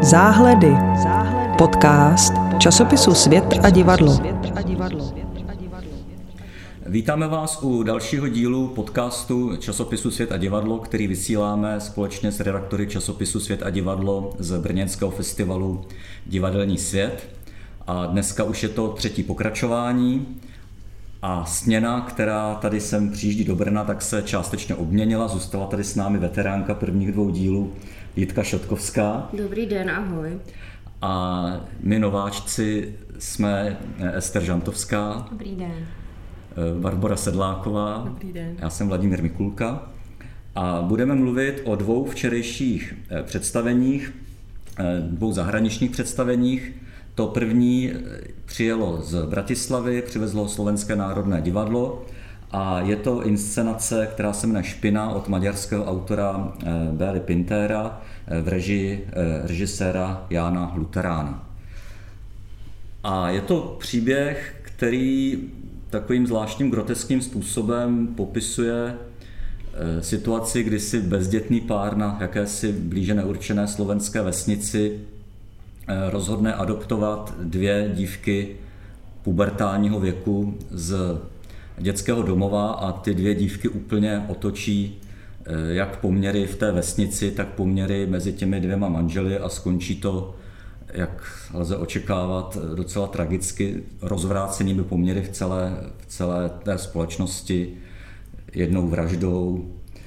Záhledy. Podcast časopisu Svět a divadlo. Vítáme vás u dalšího dílu podcastu časopisu Svět a divadlo, který vysíláme společně s redaktory časopisu Svět a divadlo z brněnského festivalu Divadelní svět. A dneska už je to třetí pokračování a směna, která tady sem přijíždí do Brna, tak se částečně obměnila. Zůstala tady s námi veteránka prvních dvou dílů Jitka Šotkovská. Dobrý den, ahoj. A my nováčci jsme Ester Žantovská. Dobrý den. Barbora Sedláková. Dobrý den. Já jsem Vladimír Mikulka. A budeme mluvit o dvou včerejších představeních, dvou zahraničních představeních. To první přijelo z Bratislavy, přivezlo Slovenské národné divadlo a je to inscenace, která se jmenuje Špina od maďarského autora Bély Pintéra v režii režiséra Jána Luterána. A je to příběh, který takovým zvláštním groteským způsobem popisuje situaci, kdy si bezdětný pár na jakési blíže neurčené slovenské vesnici rozhodne adoptovat dvě dívky pubertálního věku z dětského domova a ty dvě dívky úplně otočí jak poměry v té vesnici, tak poměry mezi těmi dvěma manželi a skončí to, jak lze očekávat, docela tragicky rozvrácenými poměry v celé té společnosti, jednou vraždou,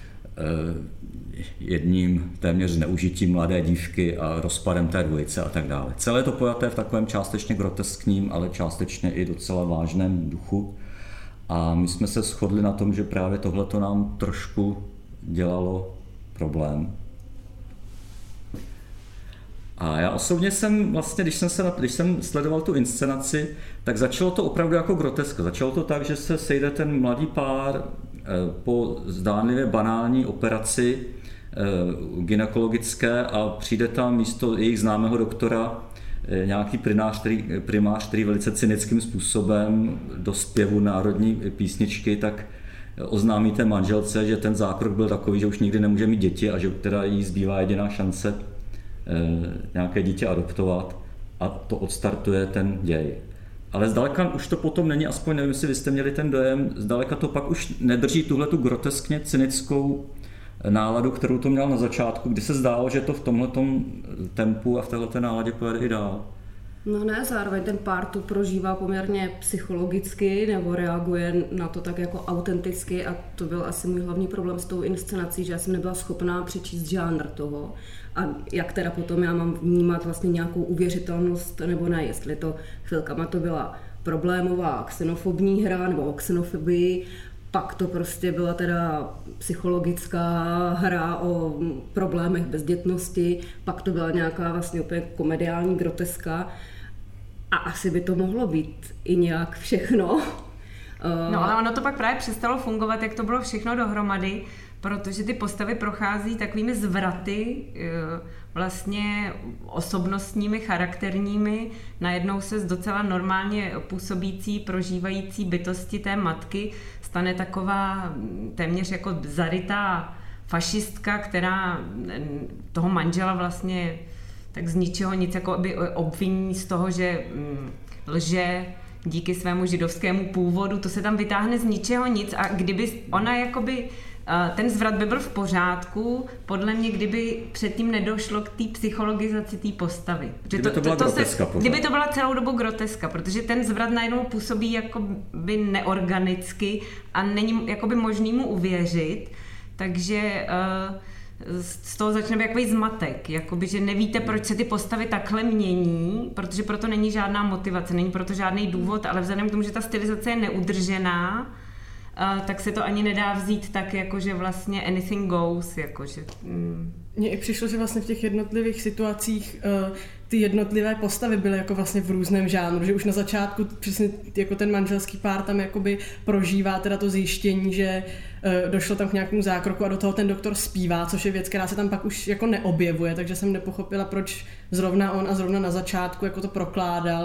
jedním téměř zneužitím mladé dívky a rozpadem té dvojice a tak dále. Celé to pojaté v takovém částečně groteskním, ale částečně i docela vážném duchu. A my jsme se shodli na tom, že právě tohleto nám trošku dělalo problém. A já osobně jsem vlastně, když jsem sledoval tu inscenaci, tak začalo to opravdu jako grotesko. Začalo to tak, že se sejde ten mladý pár po zdánlivě banální operaci gynekologické a přijde tam místo jejich známého doktora nějaký primář, který velice cynickým způsobem do zpěvu národní písničky, tak oznámí té manželce, že ten zákrok byl takový, že už nikdy nemůže mít děti a že teda jí zbývá jediná šance nějaké dítě adoptovat a to odstartuje ten děj. Ale zdaleka už to potom není, aspoň nevím, jestli vy jste měli ten dojem, zdaleka to pak už nedrží tuhletu groteskně cynickou náladu, kterou to měl na začátku, kdy se zdálo, že to v tomhletom tempu a v téhleté náladě pojede i dál. No ne, zároveň ten pár tu prožívá poměrně psychologicky nebo reaguje na to tak jako autenticky a to byl asi můj hlavní problém s tou inscenací, že já jsem nebyla schopná přečíst žánr toho a jak teda potom já mám vnímat vlastně nějakou uvěřitelnost nebo ne, jestli to chvilkama to byla problémová xenofobní hra nebo o xenofobii, pak to prostě byla teda psychologická hra o problémech bezdětnosti, pak to byla nějaká vlastně úplně komediální groteska a asi by to mohlo být i nějak všechno. No ale ono to pak právě přestalo fungovat, jak to bylo všechno dohromady, protože ty postavy prochází takovými zvraty, vlastně osobnostními, charakterními. Najednou se z docela normálně působící, prožívající bytosti té matky stane taková téměř jako zarytá fašistka, která toho manžela vlastně tak z ničeho nic jako by obviní z toho, že lže díky svému židovskému původu, to se tam vytáhne z ničeho nic a kdyby ona jakoby ten zvrat by byl v pořádku, podle mě, kdyby předtím nedošlo k té psychologizaci té postavy. Kdyby to byla groteska pořád. Kdyby to byla celou dobu groteska, protože ten zvrat najednou působí jakoby neorganicky a není jakoby možný mu uvěřit, takže z toho začne být jakoby zmatek, jakoby, že nevíte, proč se ty postavy takhle mění, protože proto není žádná motivace, není proto žádný důvod, ale vzhledem k tomu, že ta stylizace je neudržená, tak se to ani nedá vzít tak, jakože vlastně anything goes, jakože... Mně i přišlo, že vlastně v těch jednotlivých situacích ty jednotlivé postavy byly jako vlastně v různém žánru, že už na začátku přesně jako ten manželský pár tam jakoby prožívá teda to zjištění, že došlo tam k nějakému zákroku a do toho ten doktor zpívá, což je věc, která se tam pak už jako neobjevuje, takže jsem nepochopila, proč zrovna on a zrovna na začátku jako to prokládal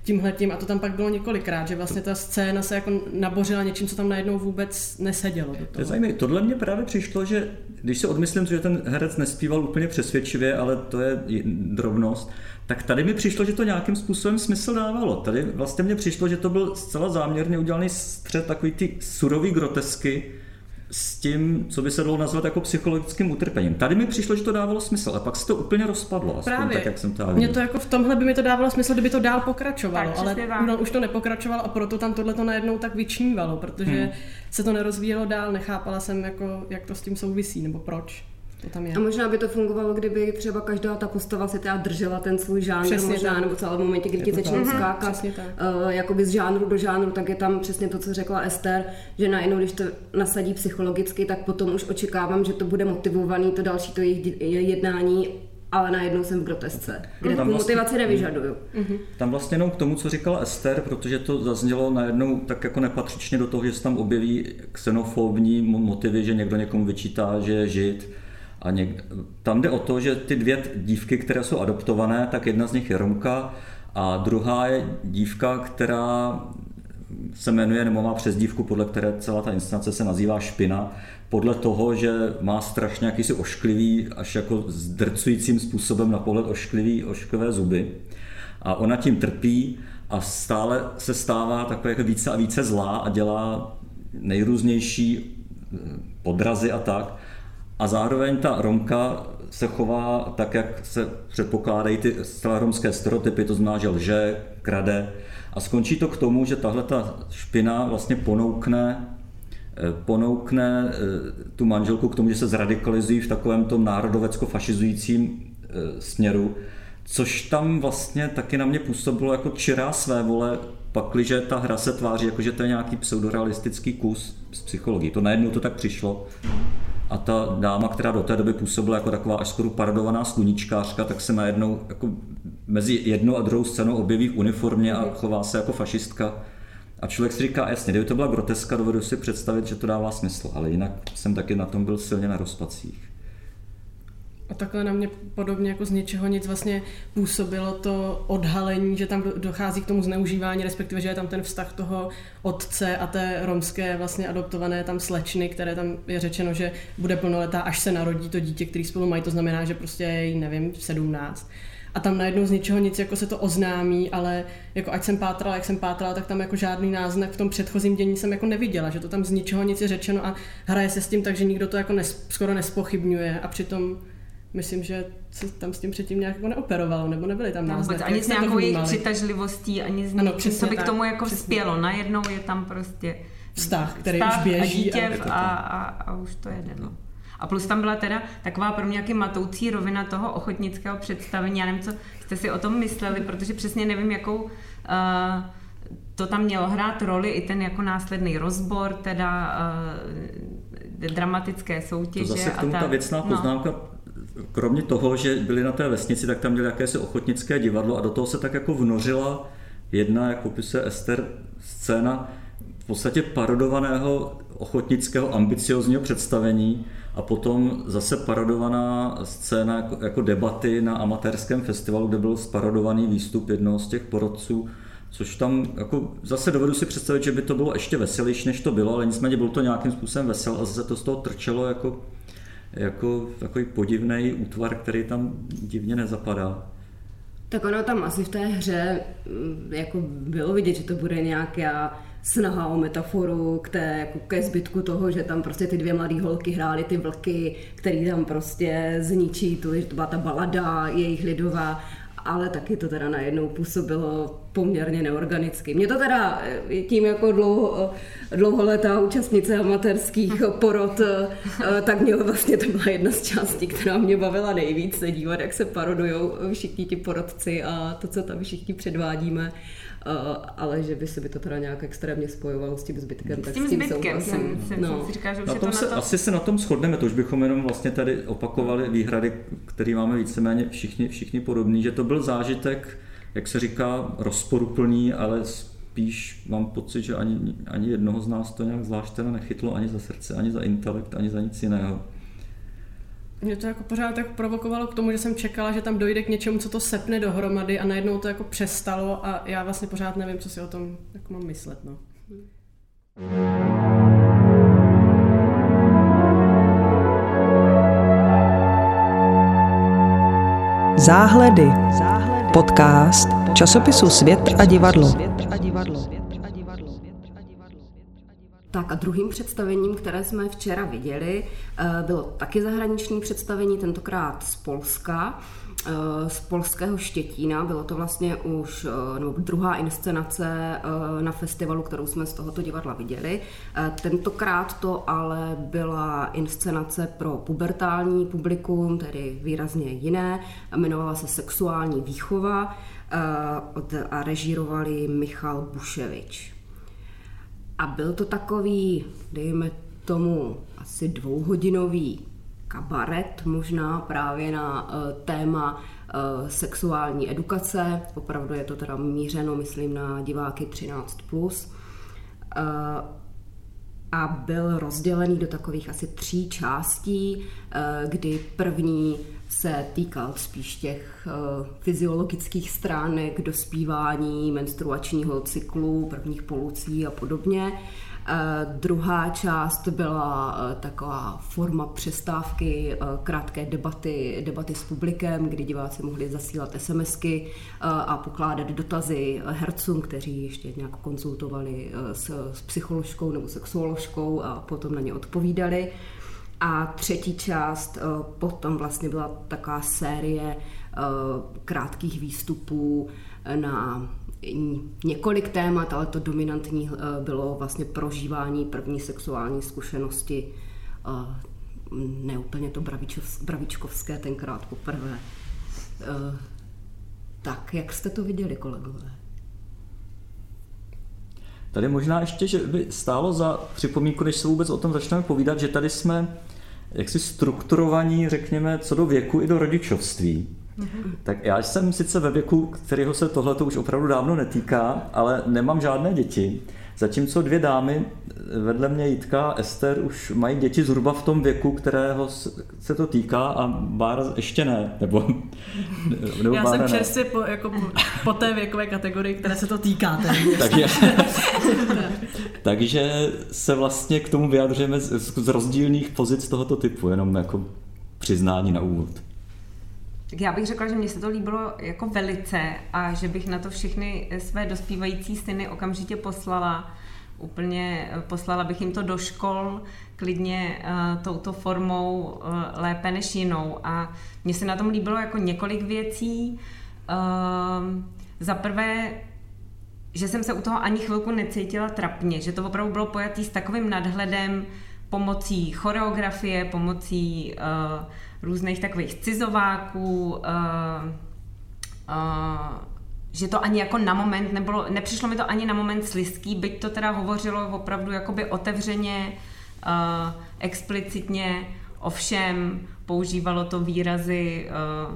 tímhletím a to tam pak bylo několikrát, že vlastně ta scéna se jako nabořila něčím, co tam najednou vůbec nesedělo do toho. To je zajímavé. Tohle mě právě přišlo, že když se odmyslím, že ten herec nespíval úplně přesvědčivě, ale to je drobnost, tak tady mi přišlo, že to nějakým způsobem smysl dávalo. Tady vlastně mně přišlo, že to byl zcela záměrně udělaný střed takový ty surový grotesky s tím, co by se dalo nazvat jako psychologickým utrpením. Tady mi přišlo, že to dávalo smysl, a pak se to úplně rozpadlo. Právě. Tak, jak jsem to Mně to jako v tomhle by mi to dávalo smysl, kdyby to dál pokračovalo, tak, ale už to nepokračovalo a proto tam tohle to najednou tak vyčnívalo, protože se to nerozvíjelo dál, nechápala jsem, jako, jak to s tím souvisí, nebo proč. To tam je. A možná by to fungovalo, kdyby třeba každá ta postava si teda držela ten svůj žánr, přesně možná, tak. nebo celé v momentě, kdy ti začnou skákat jakoby z žánru do žánru, tak je tam přesně to, co řekla Ester, že najednou, když to nasadí psychologicky, tak potom už očekávám, že to bude motivovaný, to další to jejich jednání, ale najednou jsem v grotesce, kde tu motivaci nevyžaduju. Tam vlastně jenom k tomu, co říkala Ester, protože to zaznělo najednou tak jako nepatřičně do toho, že se tam objeví xenofobní motivy, že někdo někomu vyčítá, že je žid. A tam jde o to, že ty dvě dívky, které jsou adoptované, tak jedna z nich je Romka a druhá je dívka, která se jmenuje, nebo má přezdívku, podle které celá ta inscenace se nazývá Špina, podle toho, že má strašně jakýsi ošklivý, až jako zdrcujícím způsobem na pohled ošklivé zuby. A ona tím trpí a stále se stává takové jako více a více zlá a dělá nejrůznější podrazy a tak. A zároveň ta Romka se chová tak, jak se předpokládají ty zcela romské stereotypy, to znamená, že lže, krade. A skončí to k tomu, že tahle ta Špina vlastně ponoukne tu manželku k tomu, že se zradikalizují v takovém tom národovecko-fašizujícím směru, což tam vlastně taky na mě působilo jako čirá svévole, pakliže ta hra se tváří, jako že to je nějaký pseudorealistický kus z psychologie. To najednou to tak přišlo. A ta dáma, která do té doby působila jako taková až skoro parodovaná sluníčkářka, tak se najednou jako mezi jednou a druhou scénou objeví v uniformě a chová se jako fašistka. A člověk si říká, jasně, kdyby to byla groteska, dovedu si představit, že to dává smysl, ale jinak jsem taky na tom byl silně na rozpacích. A takhle na mě podobně jako z ničeho nic vlastně působilo to odhalení, že tam dochází k tomu zneužívání, respektive, že je tam ten vztah toho otce a té romské vlastně adoptované tam slečny, které tam je řečeno, že bude plnoletá, až se narodí to dítě, který spolu mají, to znamená, že prostě je, nevím, 17. A tam najednou z ničeho nic jako se to oznámí, ale jako ať jsem pátrala, jak jsem pátrala, tak tam jako žádný náznak v tom předchozím dění jsem jako neviděla, že to tam z ničeho nic je řečeno a hraje se s tím tak, že nikdo to jako skoro nespochybňuje a přitom myslím, že se tam s tím předtím nějak jako neoperovalo, nebo nebyly tam náznaky. Ani s nějakou jejich přitažlivostí, ani s ničím, co by k tomu jako vzpělo. Najednou je tam prostě vztah, který už běží. A dítě a už to jede. No. A plus tam byla teda taková pro mě nějaký matoucí rovina toho ochotnického představení. Já nevím, co jste si o tom mysleli, protože přesně nevím, jakou to tam mělo hrát roli, i ten jako následný rozbor, teda dramatické soutěže. To zase k tomu ta věcná poznámka, kromě toho, že byli na té vesnici, tak tam měli jakési ochotnické divadlo a do toho se tak jako vnořila jedna, jak popisuje Ester, scéna v podstatě parodovaného ochotnického ambiciozního představení a potom zase parodovaná scéna jako debaty na amatérském festivalu, kde byl sparodovaný výstup jednoho z těch porodců, což tam jako zase dovedu si představit, že by to bylo ještě veselější, než to bylo, ale nicméně bylo to nějakým způsobem vesel a zase to z toho trčelo jako takový podivný útvar, který tam divně nezapadá. Tak ono tam asi v té hře jako bylo vidět, že to bude nějaká snaha o metaforu ke zbytku toho, že tam prostě ty dvě mladé holky hrály ty vlky, který tam prostě zničí, že to byla ta balada jejich lidová, ale taky to teda najednou působilo poměrně neorganicky. Mě to teda tím jako dlouholetá účastnice amatérských porod, tak mě vlastně to byla jedna z částí, která mě bavila nejvíc, se dívat, jak se parodujou všichni ti porodci a to, co tam všichni předvádíme. Ale že by se by to teda nějak extrémně spojovalo s tím zbytkem, tak s tím souhlasím. Si říká, že už asi se na tom shodneme, to už bychom jenom vlastně tady opakovali výhrady, které máme víceméně všichni podobný, že to byl zážitek, jak se říká, rozporuplný, ale spíš mám pocit, že ani jednoho z nás to nějak zvlášť teda nechytlo ani za srdce, ani za intelekt, ani za nic jiného. Mě to jako pořád tak provokovalo k tomu, že jsem čekala, že tam dojde k něčemu, co to sepne dohromady a najednou to jako přestalo a já vlastně pořád nevím, co si o tom jako mám myslet. No. Záhledy. Podcast časopisu Svět a divadlo. Tak a druhým představením, které jsme včera viděli, bylo taky zahraniční představení, tentokrát z Polska, z polského Štětína. Bylo to vlastně už druhá inscenace na festivalu, kterou jsme z tohoto divadla viděli. Tentokrát to ale byla inscenace pro pubertální publikum, tedy výrazně jiné. Jmenovala se Sexuální výchova a režírovali Michal Buševič. A byl to takový, dejme tomu, asi 2hodinový kabaret, možná právě na téma sexuální edukace. Opravdu je to teda mířeno, myslím, na diváky 13+. A byl rozdělený do takových asi 3 částí, kdy první se týkal spíš těch fyziologických stránek, dospívání, menstruačního cyklu, prvních polucí a podobně. Druhá část byla taková forma přestávky, krátké debaty s publikem, kdy diváci mohli zasílat SMSky a pokládat dotazy hercům, kteří ještě nějak konzultovali s psycholožkou nebo sexuoložkou a potom na ně odpovídali. A třetí část potom vlastně byla taková série krátkých výstupů na několik témat, ale to dominantní bylo vlastně prožívání první sexuální zkušenosti, ne úplně to bravičkovské, tenkrát poprvé. Tak, jak jste to viděli, kolegové? Tady možná ještě, že by stálo za připomínku, než se vůbec o tom začneme povídat, že tady jsme jaksi strukturovaní, řekněme, co do věku i do rodičovství. Tak já jsem sice ve věku, kterého se tohleto už opravdu dávno netýká, ale nemám žádné děti. Zatímco 2 dámy, vedle mě Jitka a Ester, už mají děti zhruba v tom věku, kterého se to týká, a Bára ještě ne. Nebo já Bára jsem čerstvě po té věkové kategorii, které se to týká. Takže se vlastně k tomu vyjadřujeme z rozdílných pozic tohoto typu, jenom jako přiznání na úvod. Tak já bych řekla, že mně se to líbilo jako velice a že bych na to všechny své dospívající syny okamžitě poslala. Poslala bych jim to do škol, klidně touto formou lépe než jinou. A mně se na tom líbilo jako několik věcí. Za prvé, že jsem se u toho ani chvilku necítila trapně, že to opravdu bylo pojatý s takovým nadhledem, pomocí choreografie, pomocí různých takových cizováků, že to ani jako na moment nepřišlo mi to ani na moment slizký, byť to teda hovořilo opravdu jakoby otevřeně, explicitně, ovšem používalo to výrazy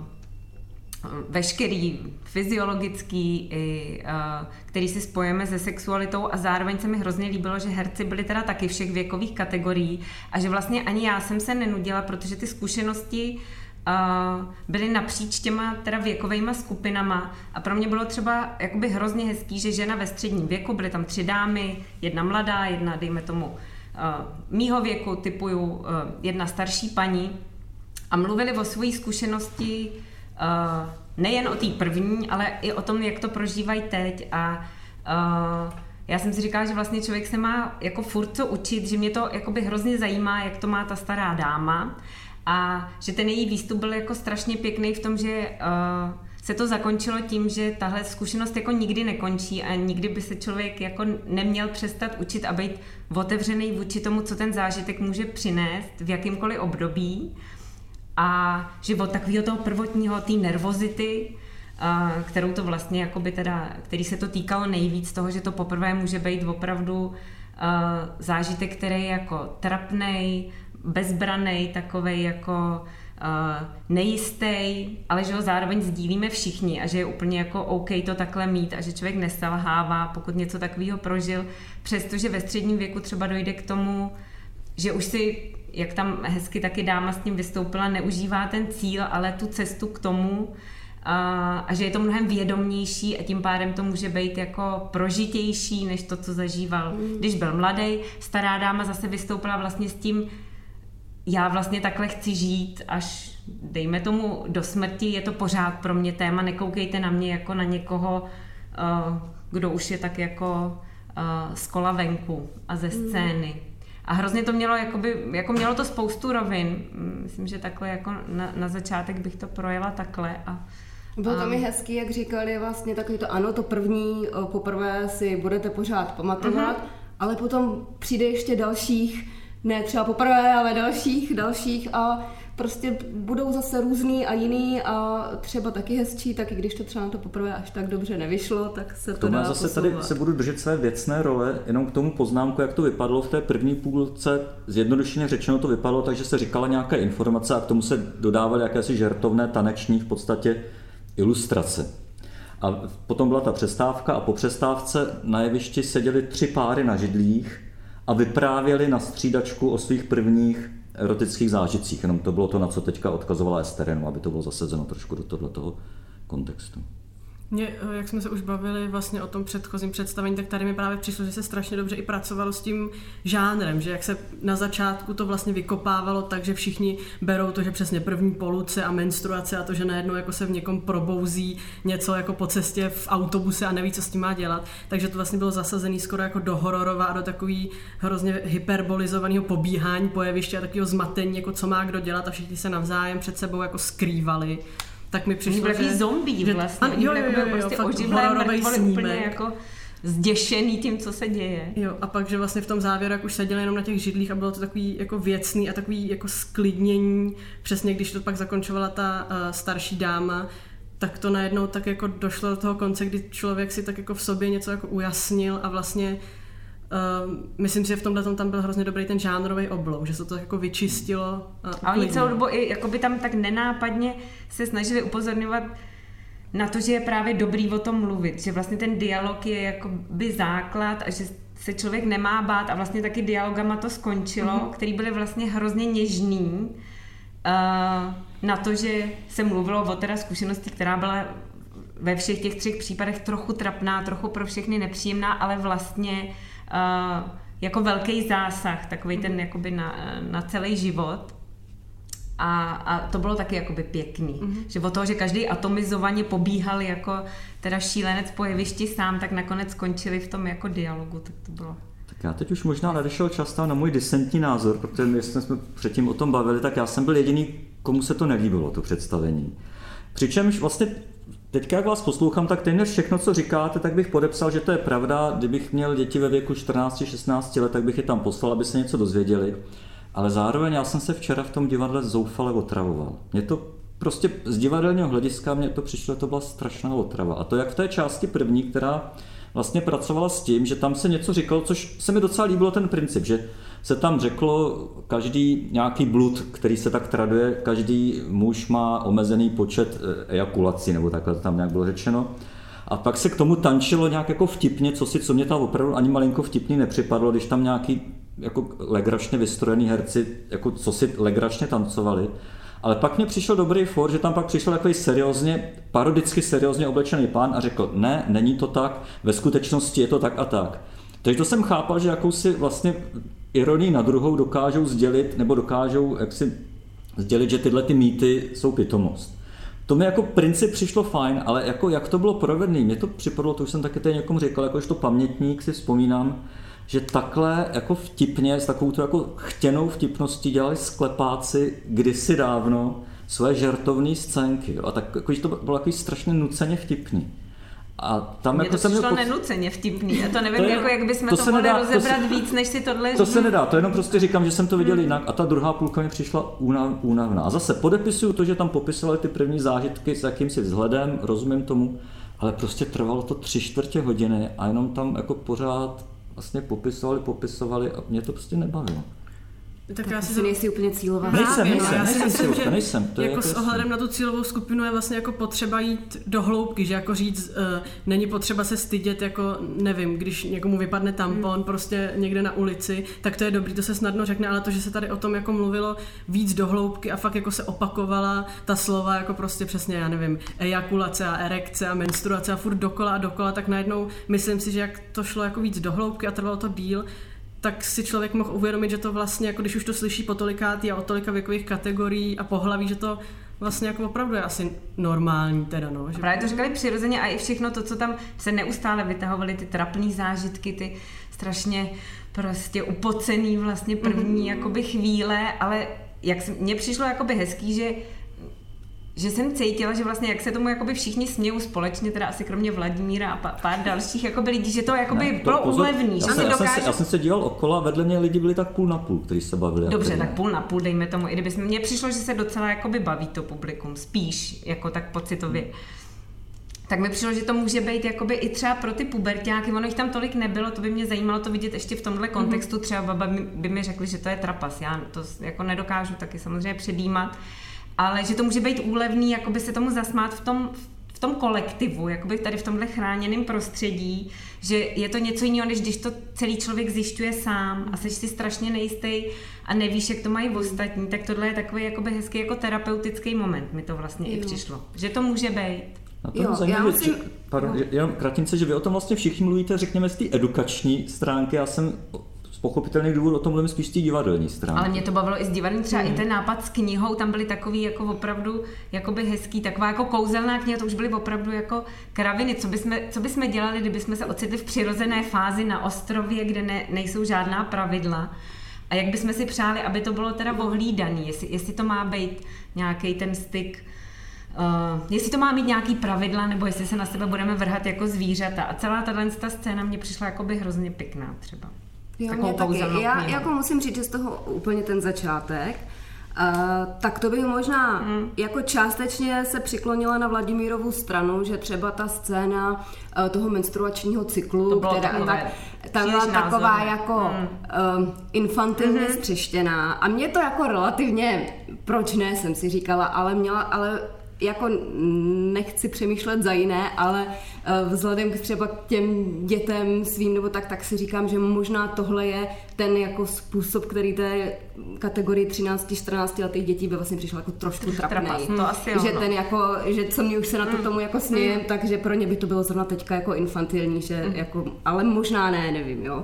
veškerý fyziologický, který si spojíme se sexualitou, a zároveň se mi hrozně líbilo, že herci byli teda taky všech věkových kategorií a že vlastně ani já jsem se nenudila, protože ty zkušenosti byly napříč těma teda věkovejma skupinama a pro mě bylo třeba jakoby hrozně hezký, že žena ve středním věku, byly tam 3 dámy, 1 mladá, 1 dejme tomu mýho věku, typuju 1 starší paní, a mluvili o své zkušenosti nejen o té první, ale i o tom, jak to prožívají teď. A já jsem si říkala, že vlastně člověk se má jako furt co učit, že mě to jakoby hrozně zajímá, jak to má ta stará dáma, a že ten její výstup byl jako strašně pěkný v tom, že se to zakončilo tím, že tahle zkušenost jako nikdy nekončí a nikdy by se člověk jako neměl přestat učit a být otevřený vůči tomu, co ten zážitek může přinést v jakýmkoliv období. A že od takového toho prvotního, té nervozity, kterou to vlastně jakoby teda, který se to týkalo nejvíc toho, že to poprvé může být opravdu zážitek, který je jako trapnej, bezbranej, takovej jako nejistý, ale že ho zároveň sdílíme všichni a že je úplně jako OK to takhle mít a že člověk neselhává, pokud něco takového prožil, přestože ve středním věku třeba dojde k tomu, že už si jak tam hezky taky dáma s tím vystoupila, neužívá ten cíl, ale tu cestu k tomu, a že je to mnohem vědomnější a tím pádem to může být jako prožitější, než to, co zažíval. Když byl mladý, stará dáma zase vystoupila vlastně s tím, já vlastně takhle chci žít až, dejme tomu, do smrti, je to pořád pro mě téma, nekoukejte na mě jako na někoho, kdo už je tak jako z kola venku a ze scény. A hrozně to mělo, jako mělo to spoustu rovin. Myslím, že takhle jako na začátek bych to projela takhle. Bylo to mi hezký, jak říkali vlastně takový to ano, to první, poprvé si budete pořád pamatovat, ale potom přijde ještě dalších, ne třeba poprvé, ale dalších a prostě budou zase různý a jiný a třeba taky hezčí, tak i když to třeba na to poprvé až tak dobře nevyšlo, tak se to dá zase posouvat. tady se budu držet své věcné role, jenom k tomu poznámku, jak to vypadlo v té první půlce, zjednodušeně řečeno to vypadlo, takže se říkala nějaké informace a k tomu se dodávaly jakési žertovné taneční v podstatě ilustrace. A potom byla ta přestávka a po přestávce na jevišti seděly 3 páry na židlích a vyprávěli na střídačku o svých prvních erotických zážitcích. Jenom to bylo to, na co teďka odkazovala Ester, aby to bylo zasazeno trošku do tohoto kontextu. Mě, jak jsme se už bavili vlastně o tom předchozím představení, tak tady mi právě přišlo, že se strašně dobře i pracovalo s tím žánrem, že jak se na začátku to vlastně vykopávalo tak, že všichni berou to, že přesně první poluce a menstruace a to, že najednou jako se v někom probouzí něco jako po cestě v autobuse a neví, co s tím má dělat, takže to vlastně bylo zasazený skoro jako do hororova a do takový hrozně hyperbolizovaného pobíhání po jevišti a takového zmatení, jako co má kdo dělat a všichni se navzájem před sebou jako skrývali. Tak mi přišlo, že takový zombie vlastně. Jo, prostě oživlé mrtvoly úplně jako zděšený tím, co se děje. Jo, a pak, že vlastně v tom závěru, jak už seděli jenom na těch židlích a bylo to takový jako věcný a takový jako sklidnění, přesně když to pak zakončovala ta starší dáma, tak to najednou tak jako došlo do toho konce, kdy člověk si tak jako v sobě něco jako ujasnil a vlastně myslím si, že v tomhle tam byl hrozně dobrý ten žánrový oblouk, že se to jako vyčistilo. A oni celou dobu i jakoby tam tak nenápadně se snažili upozorňovat na to, že je právě dobrý o tom mluvit, že vlastně ten dialog je jakoby základ a že se člověk nemá bát a vlastně taky dialogama to skončilo, který byly vlastně hrozně něžný na to, že se mluvilo o teda zkušenosti, která byla ve všech těch 3 případech trochu trapná, trochu pro všechny nepříjemná, ale vlastně jako velký zásah, takový ten jakoby na celý život. A to bylo taky jakoby pěkný. Že od toho, že každý atomizovaně pobíhal jako teda šílenec po jevišti sám, tak nakonec skončili v tom jako dialogu. Tak to bylo. Tak já teď už možná nadešel čas na můj disentní názor, protože my jsme předtím o tom bavili, tak já jsem byl jediný, komu se to nelíbilo, to představení. Přičemž vlastně teďka, jak vás poslouchám, tak téměř všechno, co říkáte, tak bych podepsal, že to je pravda. Kdybych měl děti ve věku 14-16 let, tak bych je tam poslal, aby se něco dozvěděli. Ale zároveň já jsem se včera v tom divadle zoufale otravoval. Mě to prostě z divadelního hlediska mně to přišlo, to byla strašná otrava. A to jak v té části první, která vlastně pracovala s tím, že tam se něco říkalo, což se mi docela líbilo ten princip, že se tam řeklo, každý nějaký blud, který se tak traduje, každý muž má omezený počet ejakulací, nebo takhle to tam nějak bylo řečeno. A pak se k tomu tančilo nějak jako vtipně, co mě tam opravdu ani malinko vtipný nepřipadlo, když tam nějaký jako legračně vystrojený herci, jako co si legračně tancovali. Ale pak mě přišel dobrý for, že tam pak přišel takový parodicky seriózně oblečený pán a řekl, ne, není to tak, ve skutečnosti je to tak a tak. Takže to jsem chápal, že jakousi vlastně ironii na druhou dokážou sdělit, nebo dokážou jaksi sdělit, že tyhle ty mýty jsou pitomost. To mi jako princip přišlo fajn, ale jako jak to bylo provedené, mě to připadlo, to už jsem taky tady někomu říkal, jakožto pamětník si vzpomínám, že takhle jako vtipně, s takovou jako chtěnou vtipností dělali sklepáci kdysi dávno své žertovné scénky. Jo? A tak jako, to bylo takový strašně nuceně vtipný. A tam mně jako to přišlo nenuceně vtipný. A to nevím, to jako jak bychom to mohli rozebrat víc, než si tohle To se nedá, to jenom prostě říkám, že jsem to viděl jinak a ta druhá půlka mi přišla únavná. A zase podepisuju to, že tam popisovali ty první zážitky s jakýmsi vzhledem, rozumím tomu, ale prostě trvalo to 3/4 hodiny a jenom tam jako pořád vlastně popisovali a mě to prostě nebavilo. Tak já si nejsi úplně cílová. Nejsem. To jako s ohledem na tu cílovou skupinu je vlastně jako potřeba jít do hloubky, že jako říct, není potřeba se stydět, jako nevím, když někomu vypadne tampon prostě někde na ulici, tak to je dobrý, to se snadno řekne, ale to, že se tady o tom jako mluvilo víc do hloubky a fakt jako se opakovala ta slova jako prostě přesně, já nevím, ejakulace a erekce a menstruace a furt dokola, tak najednou myslím si, že jak to šlo jako víc do hloubky a trvalo to díl, tak si člověk mohl uvědomit, že to vlastně, jako když už to slyší po tolikátý a o tolika věkových kategorií a pohlaví, že to vlastně jako opravdu je asi normální teda, no. Že... Právě to říkali přirozeně a i všechno to, co tam se neustále vytahovaly, ty trapný zážitky, ty strašně prostě upocený vlastně první jakoby chvíle, ale mně přišlo jakoby hezký, že jsem cítila, že vlastně jak se tomu jakoby všichni smějou společně, teda asi kromě Vladimíra a pár dalších jakoby lidí, že to jakoby bylo úlevný. Já jsem se díval okolo, vedle mě lidi byli tak půl na půl, kteří se bavili. Dobře, tak půl na půl, dejme tomu. I kdyby mně přišlo, že se docela jakoby baví to publikum, spíš jako tak pocitově. Tak mi přišlo, že to může být jakoby i třeba pro ty puberťáky, ono jich tam tolik nebylo, to by mě zajímalo to vidět ještě v tomhle kontextu, třeba baba by mi řekli, že to je trapas, já to jako nedokážu taky samozřejmě předjímat. Ale že to může být úlevný, jakoby se tomu zasmát v tom kolektivu, jakoby tady v tomhle chráněném prostředí, že je to něco jiného, než když to celý člověk zjišťuje sám a jsi si strašně nejistý a nevíš, jak to mají ostatní, tak tohle je takový jakoby hezký jako terapeutický moment, mi to vlastně i přišlo. Že to může být. Jenom kratince, že vy o tom vlastně všichni mluvíte, řekněme, z té edukační stránky, já jsem z pochopitelných důvodů o tom mluvím spíš z té divadelní stránky. Ale mě to bavilo i z divadelní, třeba i ten nápad s knihou, tam byly takový jako opravdu jakoby hezký, taková jako kouzelná kniha, to už byly opravdu jako kraviny, co bychom dělali, kdybychom se ocitli v přirozené fázi na ostrově, kde nejsou žádná pravidla. A jak bychom si přáli, aby to bylo teda ohlídaný, jestli to má být nějaký ten styk, jestli to má mít nějaký pravidla, nebo jestli se na sebe budeme vrhat jako zvířata. A celá tato scéna mě přišla jakoby hrozně pěkná třeba. Jo, mě taky. Já jako musím říct, že z toho úplně ten začátek, tak to bych možná jako částečně se přiklonila na Vladimírovu stranu, že třeba ta scéna toho menstruačního cyklu, která ta byla taková jako infantilně střeštěná. A mě to jako relativně, proč ne, jsem si říkala, ale jako nechci přemýšlet za jiné, ale vzhledem k třeba k těm dětem svým nebo tak si říkám, že možná tohle je ten jako způsob, který té kategorii 13-14 letých dětí by vlastně přišel jako trošku trapnej. Že ten jako, že co mě už se na to tomu jako smějem, takže pro ně by to bylo zrovna teďka jako infantilní, že jako, ale možná nevím, jo.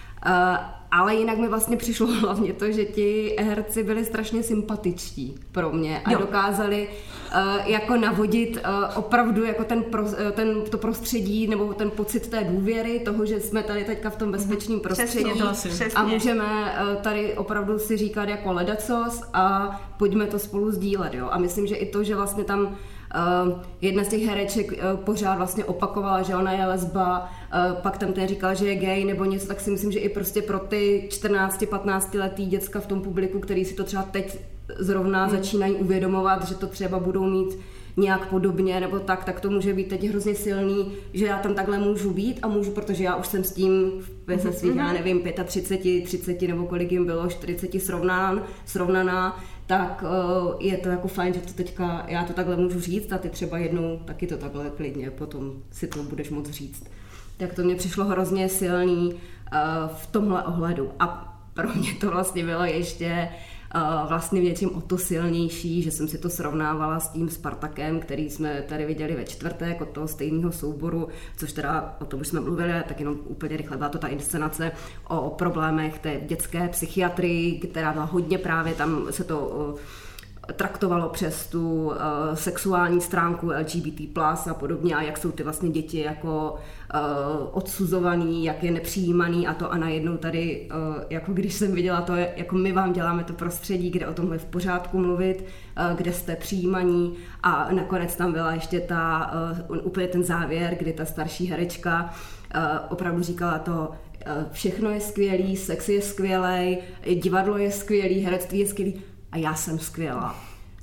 Ale jinak mi vlastně přišlo hlavně to, že ti herci byli strašně sympatičtí pro mě a dokázali jako navodit opravdu jako to prostředí nebo ten pocit té důvěry, toho, že jsme tady teďka v tom bezpečném prostředí a můžeme tady opravdu si říkat jako ledacos a pojďme to spolu sdílet. Jo? A myslím, že i to, že vlastně tam jedna z těch hereček pořád vlastně opakovala, že ona je lesba, pak tam ten říkal, že je gay nebo něco, tak si myslím, že i prostě pro ty 14-15 letý děcka v tom publiku, který si to třeba teď zrovna začínají uvědomovat, že to třeba budou mít nějak podobně nebo tak to může být teď hrozně silný, že já tam takhle můžu být a můžu, protože já už jsem s tím ve svých, já nevím, 35, 30 nebo kolik jim bylo, 40 srovnaná, tak je to jako fajn, že to teďka, já to takhle můžu říct a ty třeba jednou taky to takhle klidně potom si to budeš moct říct. Tak to mě přišlo hrozně silný v tomhle ohledu a pro mě to vlastně bylo ještě vlastně něčím o to silnější, že jsem si to srovnávala s tím Spartakem, který jsme tady viděli ve čtvrtek od toho stejného souboru, což teda o tom už jsme mluvili, tak jenom úplně rychle byla to ta inscenace o problémech té dětské psychiatrii, která byla hodně právě, tam se to traktovalo přes tu sexuální stránku LGBT+ a podobně a jak jsou ty vlastně děti jako odsuzovaný, jak je nepřijímaný a to a najednou tady, jako když jsem viděla to, jako my vám děláme to prostředí, kde o tomhle v pořádku mluvit, kde jste přijímaní a nakonec tam byla ještě úplně ten závěr, kdy ta starší herečka opravdu říkala to, všechno je skvělý, sex je skvělej, divadlo je skvělý, herectví je skvělý, a já jsem skvělá.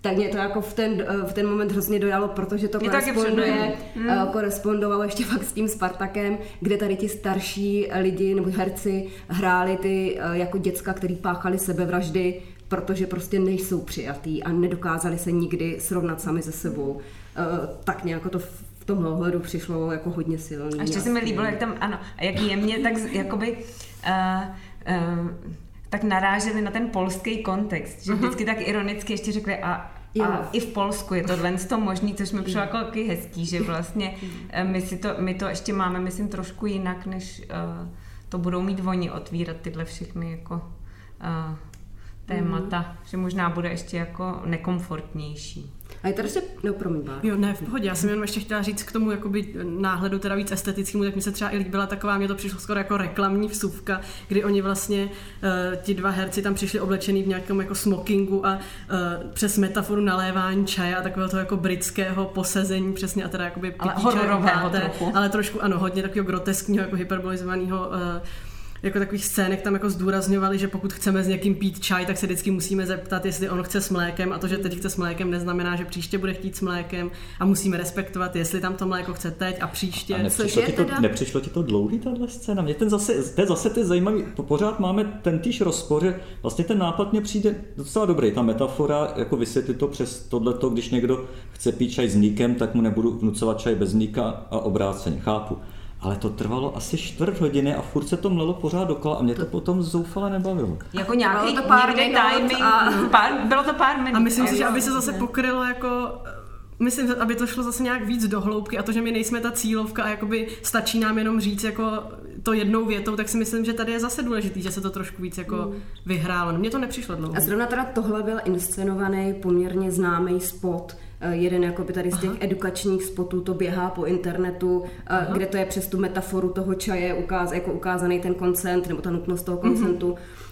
tak mě to jako v ten moment hrozně dojalo, protože to korespondovalo ještě fakt s tím Spartakem, kde tady ti starší lidi nebo herci hráli ty jako děcka, který páchali sebevraždy, protože prostě nejsou přijatý a nedokázali se nikdy srovnat sami se sebou. Tak nějak to v tomhle ohledu přišlo jako hodně silný. A ještě se mi líbilo, jak tam, ano, a jak jemně tak jakoby tak naráželi na ten polský kontext, že vždycky tak ironicky ještě řekli a i v Polsku je tohle to možný, což mi přišlo jako taky hezký, že vlastně my to ještě máme, myslím, trošku jinak, než to budou mít oni otvírat tyhle všechny jako témata, že možná bude ještě jako nekomfortnější. A je to ještě, Jo, ne, v pohodě. Já jsem jenom ještě chtěla říct k tomu jakoby náhledu teda víc estetickému, tak mi se třeba i líbila taková, mně to přišlo skoro jako reklamní vsuvka, kdy oni vlastně, ti dva herci tam přišli oblečený v nějakém jako smokingu a přes metaforu nalévání čaje a takového toho jako britského posezení přesně a teda jakoby pití hororového trochu. Ale trošku ano, hodně takového groteskního, jako hyperbolizovaného jako takových scének tam jako zdůrazňovali, že pokud chceme s někým pít čaj, tak se vždycky musíme zeptat, jestli on chce s mlékem a to, že teď chce s mlékem, neznamená, že příště bude chtít s mlékem a musíme respektovat, jestli tam to mléko chce teď a příště. A nepřišlo ti to dlouhý tahle scéna? Mě to je zase ty zajímavý, pořád máme ten týž rozpor, že vlastně ten nápad mě přijde docela dobrý, ta metafora, jako vysvětlit to přes tohleto, když někdo chce pít čaj s mlíkem, tak mu nebudu vnucovat čaj bez mlíka a obráceně, chápu. Ale to trvalo asi 4 hodiny a furt se to mlelo pořád dokola a mě to potom zoufale nebavilo. Jako nějaký timing, bylo to pár minut. A myslím si, že aby se zase pokrylo jako... Myslím, aby to šlo zase nějak víc do hloubky a to, že my nejsme ta cílovka a jakoby stačí nám jenom říct jako to jednou větou, tak si myslím, že tady je zase důležitý, že se to trošku víc jako vyhrálo. Mně to nepřišlo dlouho. A zrovna teda tohle byl inscenovaný poměrně známý spot, jeden jakoby tady z těch edukačních spotů, to běhá po internetu, kde to je přes tu metaforu toho čaje jako ukázaný ten koncent, nebo ta nutnost toho koncentu.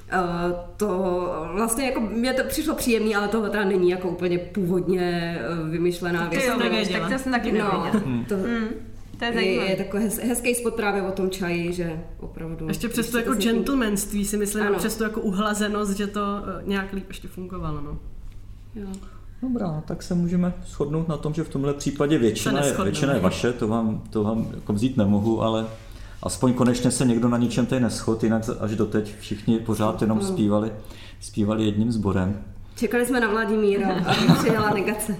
To vlastně jako mě to přišlo příjemný, ale tohle teda není jako úplně původně vymyšlená věc. Tak to jsem taky nevěděla. To je takový hezký spot právě o tom čaji, že opravdu... Ještě přes to jako gentlemanství si myslím, a přes to jako uhlazenost, že to nějak líp ještě fungovalo. No. Jo. Dobrá, tak se můžeme shodnout na tom, že v tomhle případě většina je vaše, to vám jako vzít nemohu, ale aspoň konečně se někdo na ničem tady neschod, jinak až doteď všichni pořád jenom zpívali jedním sborem. Čekali jsme na Vladimíra, aby přijela negace.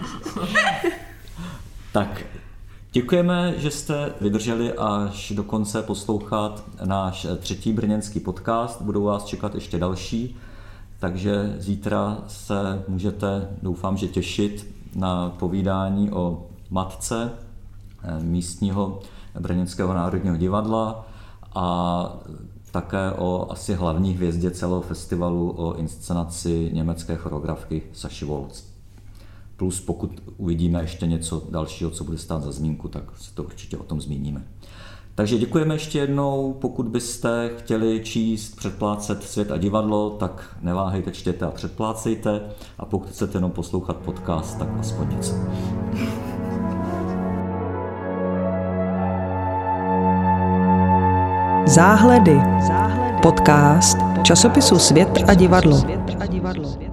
Tak, děkujeme, že jste vydrželi až do konce poslouchat náš 3. brněnský podcast. Budou vás čekat ještě další, takže zítra se můžete, doufám, že těšit na povídání o matce místního Brněnského národního divadla a také o asi hlavní hvězdě celého festivalu, o inscenaci německé choreografky Saši Wolz. Plus pokud uvidíme ještě něco dalšího, co bude stát za zmínku, tak se to určitě o tom zmíníme. Takže děkujeme ještě jednou, pokud byste chtěli číst, předplácet Svět a divadlo, tak neváhejte, čtěte a předplácejte a pokud chcete jenom poslouchat podcast, tak aspoň něco. Záhledy. Podcast časopisu Svět a divadlo.